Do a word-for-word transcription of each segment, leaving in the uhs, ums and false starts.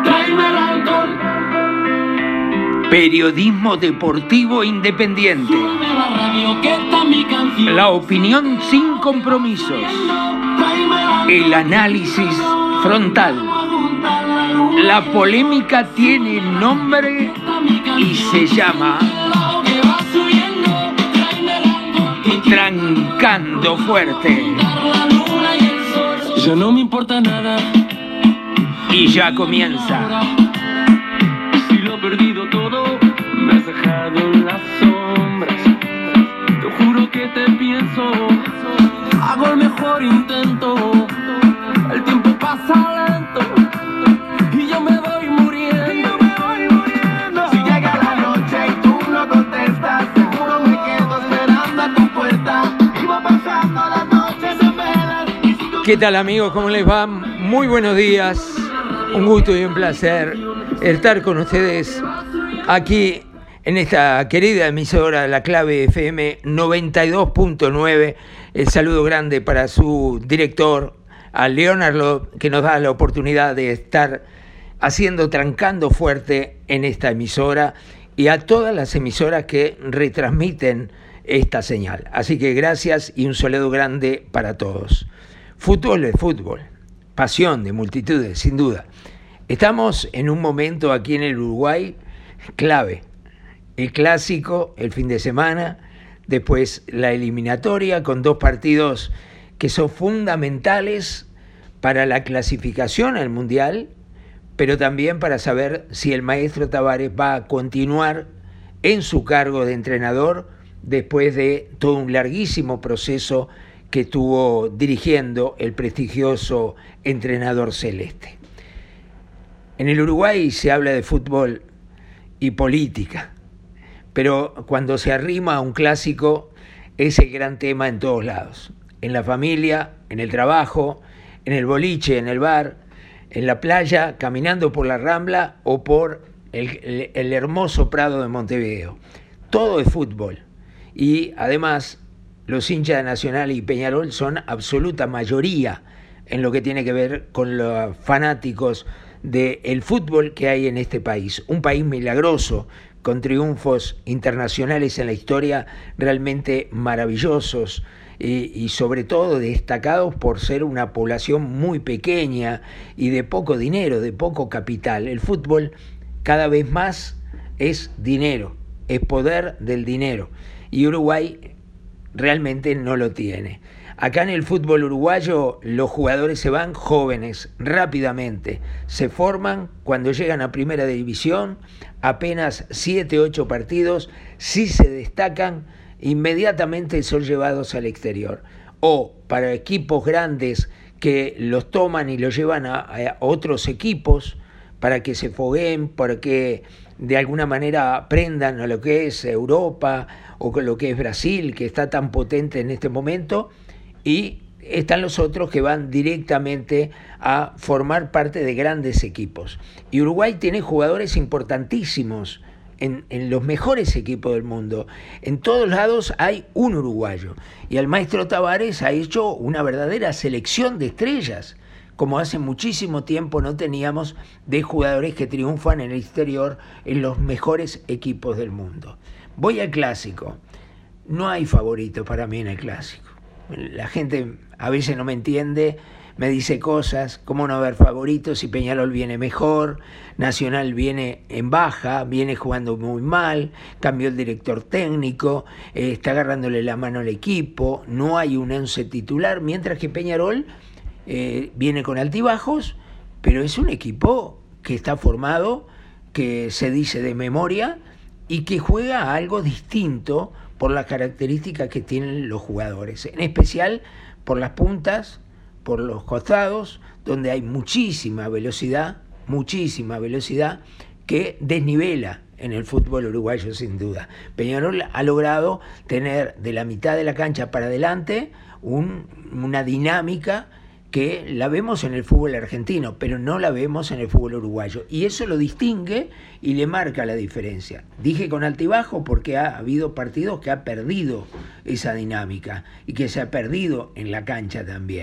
tráeme el alcohol. Periodismo deportivo independiente. Súbeme la radio, que está mi canción. La opinión sin compromisos. Tráeme el alcohol. El análisis frontal. La polémica tiene nombre y se llama Trancando Fuerte. Ya no me importa nada. Y ya comienza. Si lo he perdido todo, me has dejado en las sombras. Te juro que te pienso. Hago el mejor intento. El tiempo pasa lento. Y yo me voy muriendo. Y yo me voy muriendo. Si llega la noche y tú no contestas, seguro me quedo esperando a tu puerta. Y va pasando las noches en velas. ¿Qué tal, amigos? ¿Cómo les va? Muy buenos días. Un gusto y un placer estar con ustedes aquí en esta querida emisora, La Clave F M noventa y dos punto nueve. El saludo grande para su director, a Leonardo, que nos da la oportunidad de estar haciendo Trancando Fuerte en esta emisora, y a todas las emisoras que retransmiten esta señal. Así que gracias y un saludo grande para todos. Fútbol es fútbol, pasión de multitudes, sin duda. Estamos en un momento aquí en el Uruguay clave. El clásico, el fin de semana, después la eliminatoria con dos partidos que son fundamentales para la clasificación al Mundial, pero también para saber si el maestro Tavares va a continuar en su cargo de entrenador después de todo un larguísimo proceso que estuvo dirigiendo el prestigioso entrenador celeste. En el Uruguay se habla de fútbol y política, pero cuando se arrima a un clásico es el gran tema en todos lados. En la familia, en el trabajo, en el boliche, en el bar, en la playa, caminando por la Rambla o por el, el, el hermoso Prado de Montevideo. Todo es fútbol. Y además, los hinchas de Nacional y Peñarol son absoluta mayoría en lo que tiene que ver con los fanáticos del fútbol que hay en este país. Un país milagroso, con triunfos internacionales en la historia realmente maravillosos, y, y sobre todo destacados por ser una población muy pequeña y de poco dinero, de poco capital. El fútbol cada vez más es dinero, es poder del dinero, y Uruguay realmente no lo tiene. Acá en el fútbol uruguayo los jugadores se van jóvenes, rápidamente, se forman cuando llegan a primera división, apenas siete, ocho partidos, si se destacan, inmediatamente son llevados al exterior. O para equipos grandes que los toman y los llevan a, a otros equipos para que se fogueen, para que de alguna manera aprendan a lo que es Europa o lo que es Brasil, que está tan potente en este momento. Y están los otros que van directamente a formar parte de grandes equipos. Y Uruguay tiene jugadores importantísimos en, en los mejores equipos del mundo. En todos lados hay un uruguayo. Y el maestro Tavares ha hecho una verdadera selección de estrellas, como hace muchísimo tiempo no teníamos, de jugadores que triunfan en el exterior en los mejores equipos del mundo. Voy al clásico. No hay favorito para mí en el clásico. La gente a veces no me entiende, me dice cosas, ¿cómo no haber favoritos si Peñarol viene mejor, Nacional viene en baja, viene jugando muy mal, cambió el director técnico, eh, está agarrándole la mano al equipo, no hay un once titular, mientras que Peñarol eh, viene con altibajos, pero es un equipo que está formado, que se dice de memoria y que juega algo distinto por las características que tienen los jugadores, en especial por las puntas, por los costados, donde hay muchísima velocidad, muchísima velocidad que desnivela en el fútbol uruguayo sin duda. Peñarol ha logrado tener de la mitad de la cancha para adelante un, una dinámica que la vemos en el fútbol argentino, pero no la vemos en el fútbol uruguayo. Y eso lo distingue y le marca la diferencia. Dije con altibajo porque ha habido partidos que ha perdido esa dinámica y que se ha perdido en la cancha también.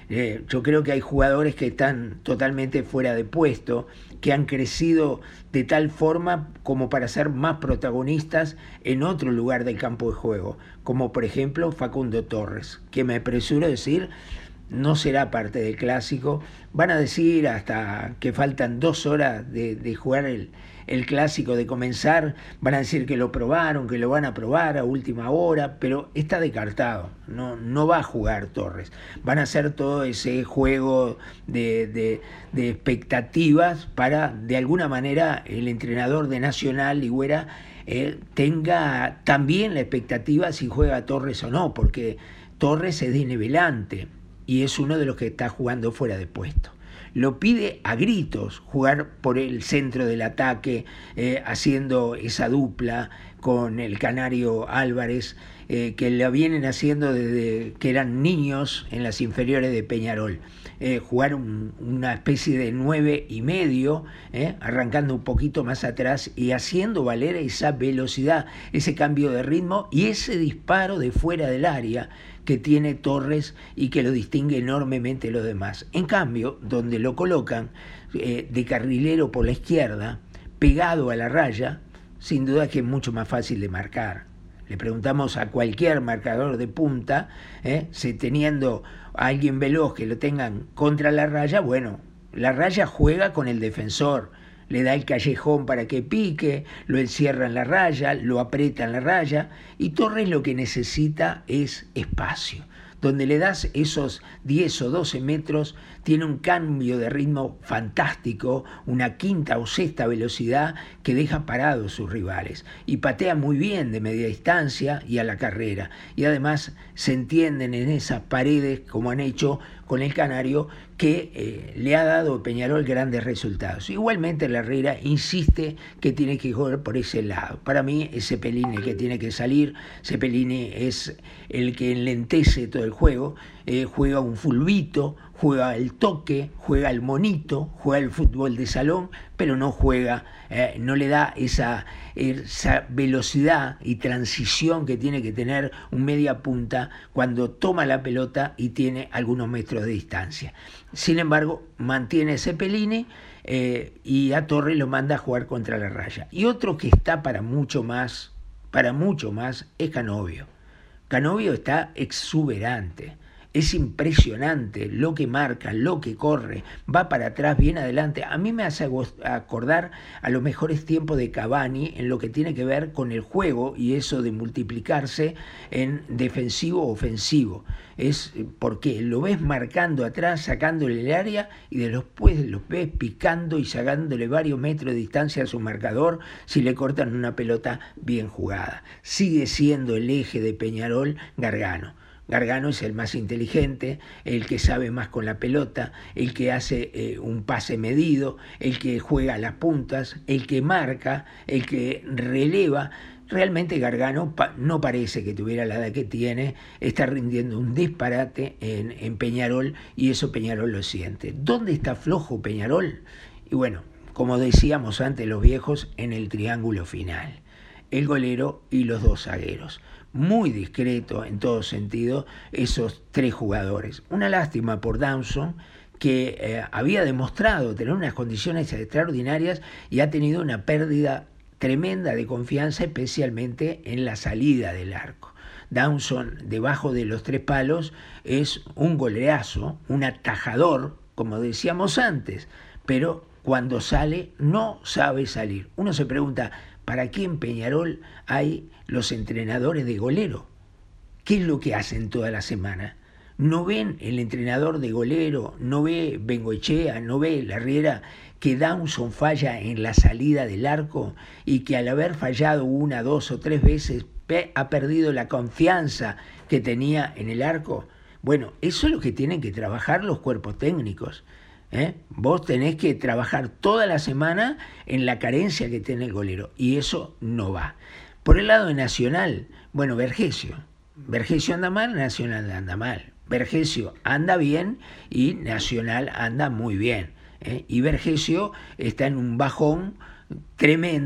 Eh, yo creo que hay jugadores que están totalmente fuera de puesto, que han crecido de tal forma como para ser más protagonistas en otro lugar del campo de juego, como por ejemplo Facundo Torres, que me apresuro a decir no será parte del clásico. Van a decir hasta que faltan dos horas de, de jugar el, el clásico, de comenzar, van a decir que lo probaron, que lo van a probar a última hora, pero está descartado, no, no va a jugar Torres. Van a hacer todo ese juego de, de, de expectativas para, de alguna manera, el entrenador de Nacional, Ligüera, eh, tenga también la expectativa si juega Torres o no, porque Torres es desnivelante y es uno de los que está jugando fuera de puesto. Lo pide a gritos jugar por el centro del ataque, eh, haciendo esa dupla con el Canario Álvarez, eh, que la vienen haciendo desde que eran niños en las inferiores de Peñarol. Eh, jugar un, una especie de nueve y medio, eh, arrancando un poquito más atrás y haciendo valer esa velocidad, ese cambio de ritmo y ese disparo de fuera del área que tiene Torres y que lo distingue enormemente de los demás. En cambio, donde lo colocan eh, de carrilero por la izquierda, pegado a la raya, sin duda que es mucho más fácil de marcar. Le preguntamos a cualquier marcador de punta, eh, si teniendo a alguien veloz que lo tengan contra la raya, bueno, la raya juega con el defensor, le da el callejón para que pique, lo encierra en la raya, lo aprieta en la raya, y Torres lo que necesita es espacio. Donde le das esos diez o doce metros, tiene un cambio de ritmo fantástico, una quinta o sexta velocidad que deja parados sus rivales. Y patea muy bien de media distancia y a la carrera. Y además se entienden en esas paredes, como han hecho con el Canario, que eh, le ha dado Peñarol grandes resultados. Igualmente la Herrera insiste que tiene que jugar por ese lado. Para mí es Cepelini el que tiene que salir. Cepelini es el que enlentece todo el juego, eh, juega un fulbito, juega el toque, juega el monito, juega el fútbol de salón, pero no juega, eh, no le da esa, esa velocidad y transición que tiene que tener un media punta cuando toma la pelota y tiene algunos metros de distancia. Sin embargo, mantiene Cepelini eh, y a Torres lo manda a jugar contra la raya. Y otro que está para mucho más, para mucho más, es Canovio. Canovio está exuberante. Es impresionante lo que marca, lo que corre, va para atrás, bien adelante. A mí me hace acordar a los mejores tiempos de Cavani en lo que tiene que ver con el juego y eso de multiplicarse en defensivo o ofensivo. Es porque lo ves marcando atrás, sacándole el área y después lo ves picando y sacándole varios metros de distancia a su marcador si le cortan una pelota bien jugada. Sigue siendo el eje de Peñarol Gargano. Gargano es el más inteligente, el que sabe más con la pelota, el que hace eh, un pase medido, el que juega a las puntas, el que marca, el que releva. Realmente Gargano pa- no parece que tuviera la edad que tiene, está rindiendo un disparate en, en Peñarol y eso Peñarol lo siente. ¿Dónde está flojo Peñarol? Y bueno, como decíamos antes los viejos, en el triángulo final. El golero y los dos zagueros. Muy discreto en todo sentido esos tres jugadores. Una lástima por Dawson, que eh, había demostrado tener unas condiciones extraordinarias y ha tenido una pérdida tremenda de confianza, especialmente en la salida del arco. Dawson, debajo de los tres palos, es un goleazo, un atajador, como decíamos antes, pero cuando sale no sabe salir. Uno se pregunta, ¿para qué en Peñarol hay los entrenadores de golero? ¿Qué es lo que hacen toda la semana? ¿No ven el entrenador de golero? ¿No ve Bengoechea? ¿No ve la Riera que Dawson falla en la salida del arco y que al haber fallado una, dos o tres veces ha perdido la confianza que tenía en el arco? Bueno, eso es lo que tienen que trabajar los cuerpos técnicos. ¿Eh? Vos tenés que trabajar toda la semana en la carencia que tiene el golero y eso no va. Por el lado de Nacional, bueno, Vergesio. Vergesio anda mal, Nacional anda mal. Vergesio anda bien y Nacional anda muy bien. ¿eh? Y Vergesio está en un bajón tremendo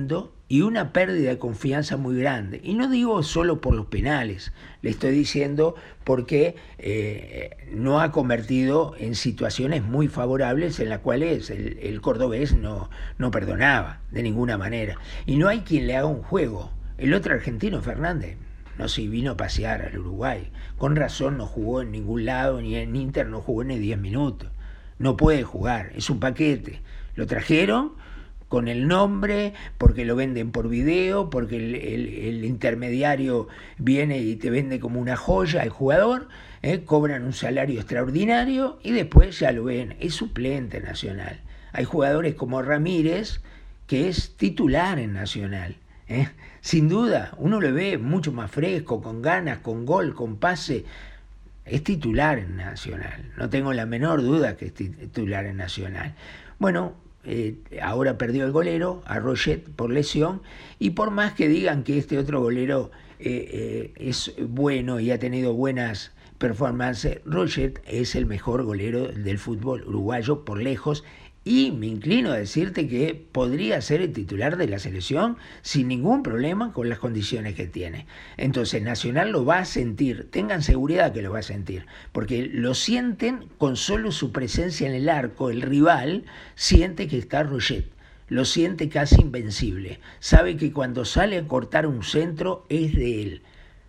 y una pérdida de confianza muy grande. Y no digo solo por los penales, le estoy diciendo porque eh, no ha convertido en situaciones muy favorables en las cuales el, el cordobés no, no perdonaba de ninguna manera. Y no hay quien le haga un juego. El otro argentino, Fernández, no se vino a pasear al Uruguay. Con razón no jugó en ningún lado, ni en Inter no jugó ni diez minutos. No puede jugar, es un paquete. Lo trajeron con el nombre, porque lo venden por video, porque el, el, el intermediario viene y te vende como una joya al jugador, eh, cobran un salario extraordinario y después ya lo ven, es suplente Nacional. Hay jugadores como Ramírez, que es titular en Nacional. Eh. Sin duda, uno lo ve mucho más fresco, con ganas, con gol, con pase. Es titular en Nacional, no tengo la menor duda que es titular en Nacional. Bueno, Eh, ahora perdió el golero, a Roget, por lesión, y por más que digan que este otro golero eh, eh, es bueno y ha tenido buenas performances, Roget es el mejor golero del fútbol uruguayo por lejos, y me inclino a decirte que podría ser el titular de la selección sin ningún problema con las condiciones que tiene. Entonces Nacional lo va a sentir, tengan seguridad que lo va a sentir, porque lo sienten con solo su presencia en el arco. El rival siente que está Roget, lo siente casi invencible, sabe que cuando sale a cortar un centro es de él,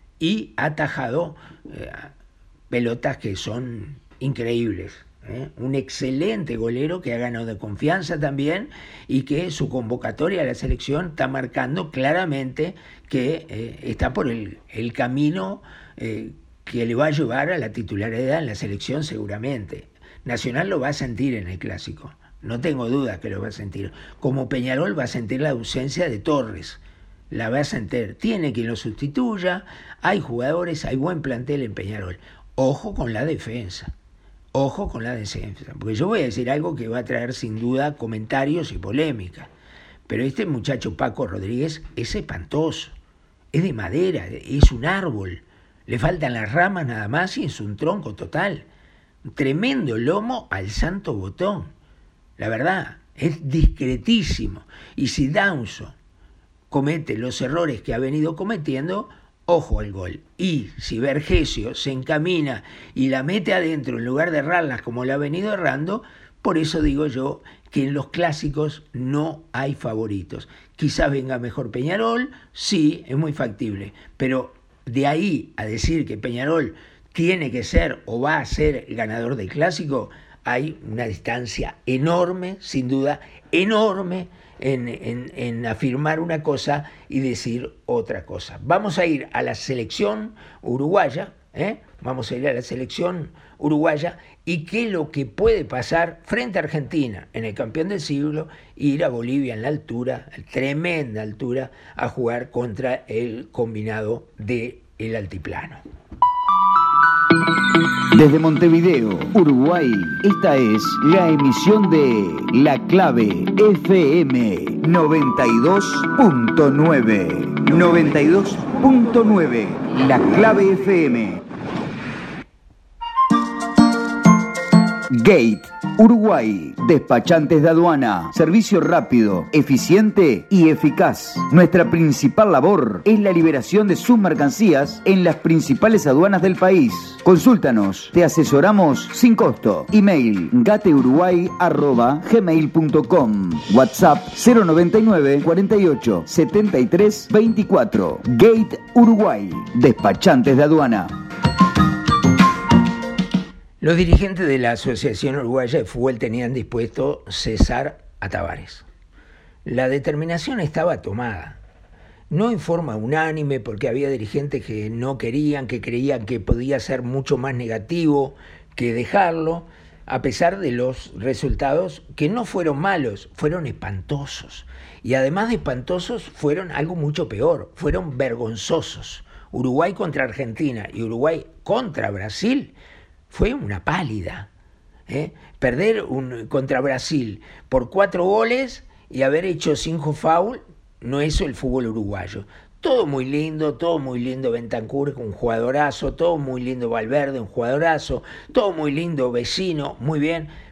y ha atajado eh, pelotas que son increíbles. ¿Eh? Un excelente golero que ha ganado de confianza también, y que su convocatoria a la selección está marcando claramente que eh, está por el, el camino eh, que le va a llevar a la titularidad en la selección seguramente. Nacional lo va a sentir en el clásico, no tengo duda que lo va a sentir, como Peñarol va a sentir la ausencia de Torres, la va a sentir, tiene quien lo sustituya, hay jugadores, hay buen plantel en Peñarol. Ojo con la defensa. Ojo con la defensa, porque yo voy a decir algo que va a traer sin duda comentarios y polémica, pero este muchacho Paco Rodríguez es espantoso, es de madera, es un árbol, le faltan las ramas nada más y es un tronco total, un tremendo lomo al santo botón, la verdad, es discretísimo, y si Dawson comete los errores que ha venido cometiendo, ojo al gol. Y si Vergesio se encamina y la mete adentro en lugar de errarlas como la ha venido errando, por eso digo yo que en los clásicos no hay favoritos. Quizás venga mejor Peñarol, sí, es muy factible, pero de ahí a decir que Peñarol tiene que ser o va a ser el ganador del clásico, hay una distancia enorme, sin duda, enorme, En, en, en afirmar una cosa y decir otra cosa. Vamos a ir a la selección uruguaya, ¿eh? Vamos a ir a la selección uruguaya y qué es lo que puede pasar frente a Argentina en el campeón del siglo, ir a Bolivia en la altura, tremenda altura, a jugar contra el combinado del altiplano. Desde Montevideo, Uruguay, esta es la emisión de La Clave F M noventa y dos punto nueve. noventa y dos punto nueve, La Clave F M. Gate, Uruguay, despachantes de aduana, servicio rápido, eficiente y eficaz. Nuestra principal labor es la liberación de sus mercancías en las principales aduanas del país. Consúltanos, te asesoramos sin costo. Email gateuruguay arroba gmail punto com. WhatsApp cero noventa y nueve cuarenta y ocho setenta y tres veinticuatro. Gate Uruguay, despachantes de aduana. Los dirigentes de la Asociación Uruguaya de Fútbol tenían dispuesto cesar a Tavares. La determinación estaba tomada, no en forma unánime, porque había dirigentes que no querían, que creían que podía ser mucho más negativo que dejarlo, a pesar de los resultados que no fueron malos, fueron espantosos. Y además de espantosos, fueron algo mucho peor, fueron vergonzosos. Uruguay contra Argentina y Uruguay contra Brasil fue una pálida, ¿eh? Perder un, contra Brasil por cuatro goles y haber hecho cinco foul, no es el fútbol uruguayo. Todo muy lindo, todo muy lindo Bentancur, un jugadorazo, todo muy lindo Valverde, un jugadorazo, todo muy lindo Vecino, muy bien,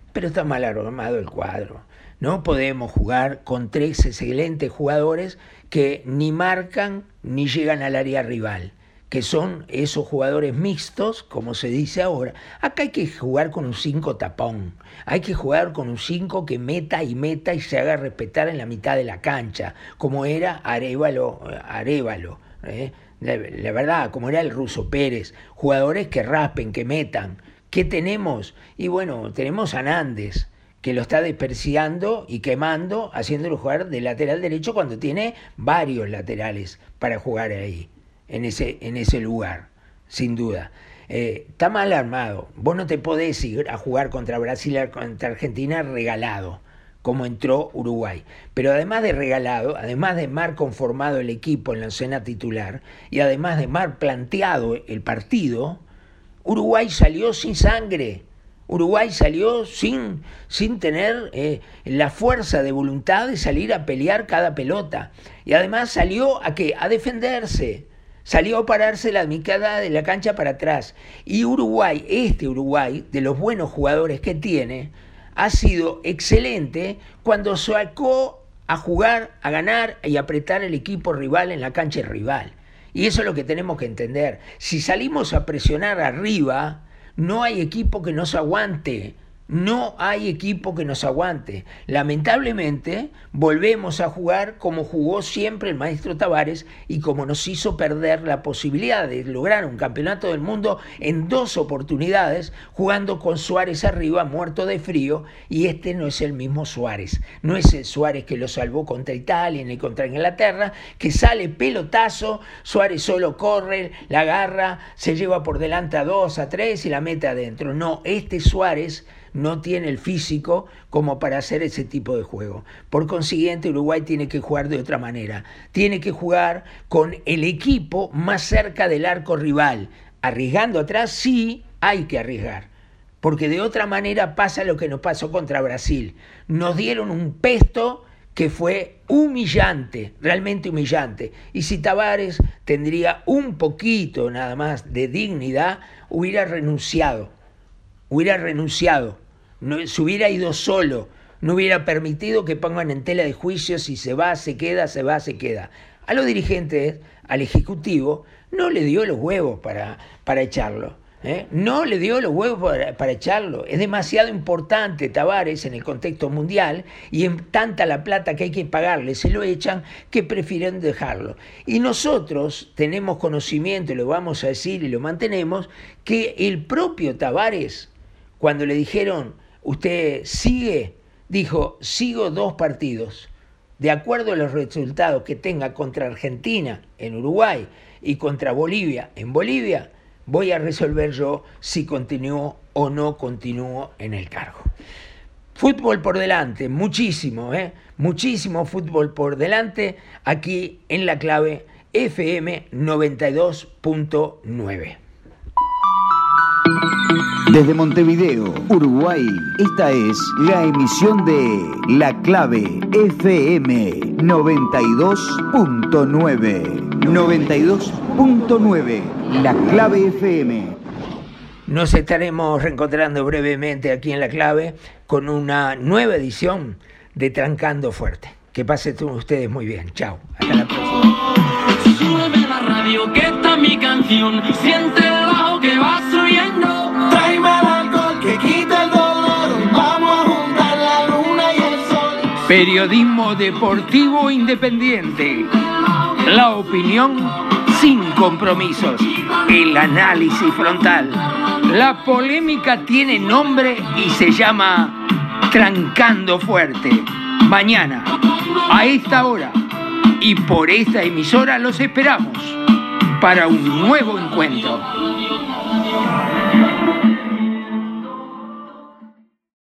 pero está mal armado el cuadro. No podemos jugar con tres excelentes jugadores que ni marcan ni llegan al área rival, que son esos jugadores mixtos, como se dice ahora. Acá hay que jugar con un cinco tapón, hay que jugar con un cinco que meta y meta y se haga respetar en la mitad de la cancha, como era Arévalo, Arévalo ¿eh? la, la verdad, como era el Ruso Pérez, jugadores que raspen, que metan. ¿Qué tenemos? Y bueno, tenemos a Nández, que lo está despreciando y quemando, haciéndolo jugar de lateral derecho cuando tiene varios laterales para jugar ahí, en ese, en ese lugar, sin duda. Eh, está mal armado. Vos no te podés ir a jugar contra Brasil, contra Argentina regalado, como entró Uruguay. Pero además de regalado, además de mal conformado el equipo en la escena titular, y además de mal planteado el partido, Uruguay salió sin sangre. Uruguay salió sin, sin tener eh, la fuerza de voluntad de salir a pelear cada pelota. Y además salió a ¿qué? A defenderse. Salió a pararse la mitad de la cancha para atrás. Y Uruguay, este Uruguay, de los buenos jugadores que tiene, ha sido excelente cuando sacó a jugar, a ganar y apretar el equipo rival en la cancha rival. Y eso es lo que tenemos que entender. Si salimos a presionar arriba, no hay equipo que nos aguante, no hay equipo que nos aguante. Lamentablemente, volvemos a jugar como jugó siempre el maestro Tavares y como nos hizo perder la posibilidad de lograr un campeonato del mundo en dos oportunidades, jugando con Suárez arriba, muerto de frío, y este no es el mismo Suárez. No es el Suárez que lo salvó contra Italia ni contra Inglaterra, que sale pelotazo, Suárez solo corre, la agarra, se lleva por delante a dos, a tres y la mete adentro. No, este Suárez no tiene el físico como para hacer ese tipo de juego. Por consiguiente, Uruguay tiene que jugar de otra manera. Tiene que jugar con el equipo más cerca del arco rival. Arriesgando atrás, sí, hay que arriesgar. Porque de otra manera pasa lo que nos pasó contra Brasil. Nos dieron un pesto que fue humillante, realmente humillante. Y si Tavares tendría un poquito nada más de dignidad, hubiera renunciado. hubiera renunciado, no, se hubiera ido solo, no hubiera permitido que pongan en tela de juicio si se va, se queda, se va, se queda. A los dirigentes, al Ejecutivo, no le dio los huevos para, para echarlo. ¿eh? No le dio los huevos para, para echarlo. Es demasiado importante Tavares en el contexto mundial y en tanta la plata que hay que pagarle, se lo echan, que prefieren dejarlo. Y nosotros tenemos conocimiento, y lo vamos a decir y lo mantenemos, que el propio Tavares, cuando le dijeron, usted sigue, dijo, sigo dos partidos. De acuerdo a los resultados que tenga contra Argentina en Uruguay y contra Bolivia en Bolivia, voy a resolver yo si continúo o no continúo en el cargo. Fútbol por delante, muchísimo, ¿eh? muchísimo fútbol por delante aquí en La Clave F M noventa y dos punto nueve. Desde Montevideo, Uruguay, esta es la emisión de La Clave F M noventa y dos punto nueve. noventa y dos punto nueve, La Clave F M. Nos estaremos reencontrando brevemente aquí en La Clave con una nueva edición de Trancando Fuerte. Que pasen ustedes muy bien. Chao. Hasta la próxima. Súbeme la radio, que está mi canción. Siente el bajo que va subiendo. Tráeme el alcohol que quita el dolor. Vamos a juntar la luna y el sol. Periodismo deportivo independiente. La opinión sin compromisos. El análisis frontal. La polémica tiene nombre y se llama Trancando Fuerte. Mañana, a esta hora y por esta emisora los esperamos para un nuevo encuentro.